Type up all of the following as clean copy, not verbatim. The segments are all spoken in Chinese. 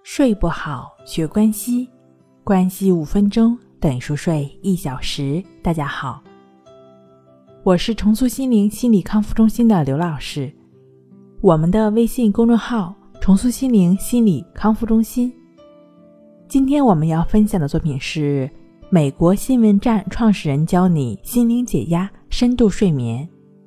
睡不好学关系，关系5分钟等于熟睡1小时。大家好，我是重塑心灵心理康复中心的刘老师。我们的微信公众号重塑心灵心理康复中心。今天我们要分享的作品是美国新闻站创始人教你心灵解压深度睡眠。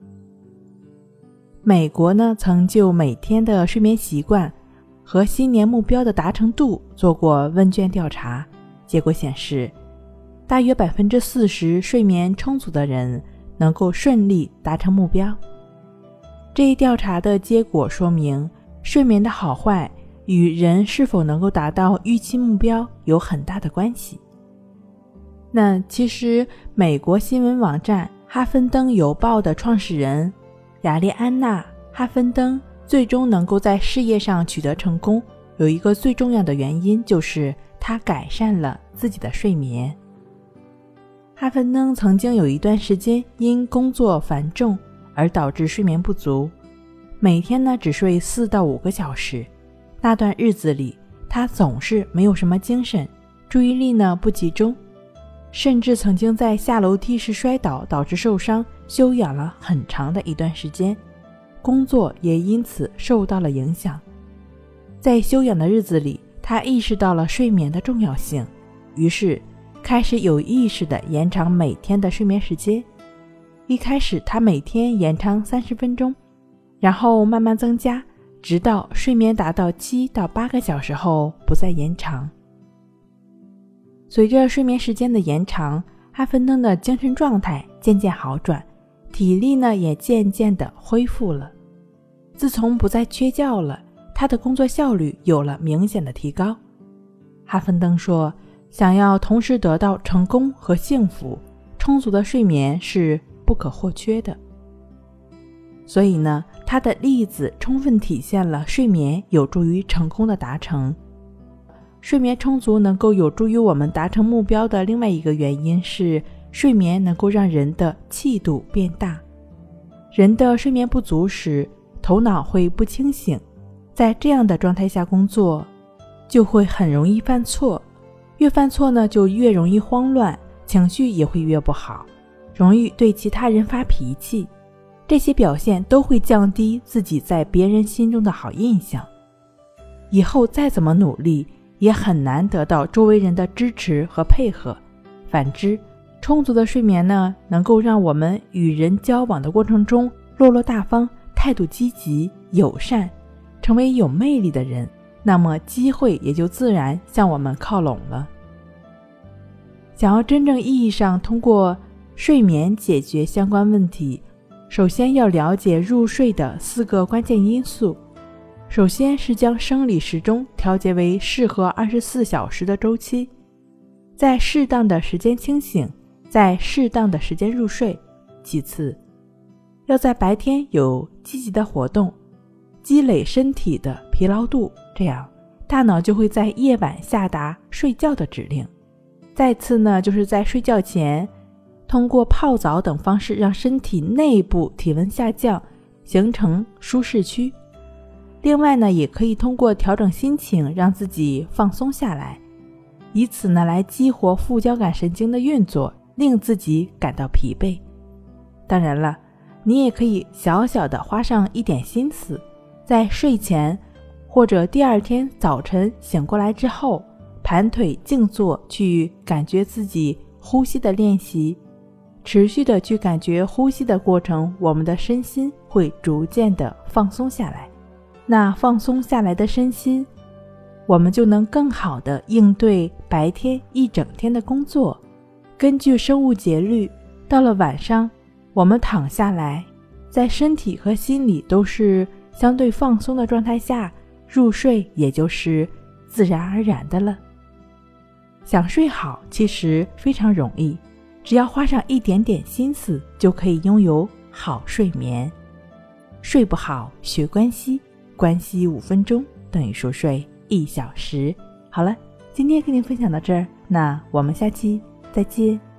美国呢曾就每天的睡眠习惯和新年目标的达成度做过问卷调查，结果显示大约 40% 睡眠充足的人能够顺利达成目标。这一调查的结果说明，睡眠的好坏与人是否能够达到预期目标有很大的关系。那其实美国新闻网站哈芬登邮报的创始人雅利安娜·哈芬登最终能够在事业上取得成功，有一个最重要的原因就是他改善了自己的睡眠。哈芬登曾经有一段时间因工作繁重而导致睡眠不足，每天呢只睡4到5个小时。那段日子里，他总是没有什么精神，注意力呢不集中，甚至曾经在下楼梯时摔倒，导致受伤，休养了很长的一段时间，工作也因此受到了影响。在休养的日子里，他意识到了睡眠的重要性，于是开始有意识地延长每天的睡眠时间。一开始他每天延长30分钟，然后慢慢增加，直到睡眠达到7到8个小时后不再延长。随着睡眠时间的延长，哈芬登的精神状态渐渐好转，体力呢也渐渐地恢复了。自从不再缺觉了，他的工作效率有了明显的提高。哈芬登说，想要同时得到成功和幸福，充足的睡眠是不可或缺的。所以呢，他的例子充分体现了睡眠有助于成功的达成。睡眠充足能够有助于我们达成目标的另外一个原因是，睡眠能够让人的气度变大。人的睡眠不足时，头脑会不清醒，在这样的状态下工作，就会很容易犯错，越犯错呢，就越容易慌乱，情绪也会越不好，容易对其他人发脾气。这些表现都会降低自己在别人心中的好印象，以后再怎么努力也很难得到周围人的支持和配合。反之，充足的睡眠呢，能够让我们与人交往的过程中落落大方，态度积极友善，成为有魅力的人，那么机会也就自然向我们靠拢了。想要真正意义上通过睡眠解决相关问题，首先要了解入睡的4个关键因素。首先是将生理时钟调节为适合24小时的周期，在适当的时间清醒，在适当的时间入睡。其次，要在白天有积极的活动，积累身体的疲劳度，这样大脑就会在夜晚下达睡觉的指令。再次呢，就是在睡觉前通过泡澡等方式让身体内部体温下降，形成舒适区。另外呢，也可以通过调整心情让自己放松下来，以此呢来激活副交感神经的运作，令自己感到疲惫。当然了，你也可以小小的花上一点心思，在睡前或者第二天早晨醒过来之后，盘腿静坐，去感觉自己呼吸的练习，持续的去感觉呼吸的过程，我们的身心会逐渐的放松下来。那放松下来的身心，我们就能更好的应对白天一整天的工作。根据生物节律，到了晚上，我们躺下来，在身体和心理都是相对放松的状态下，入睡也就是自然而然的了。想睡好其实非常容易，只要花上一点点心思，就可以拥有好睡眠。睡不好学关系，关系5分钟等于熟睡1小时。好了，今天跟您分享到这儿，那我们下期再见。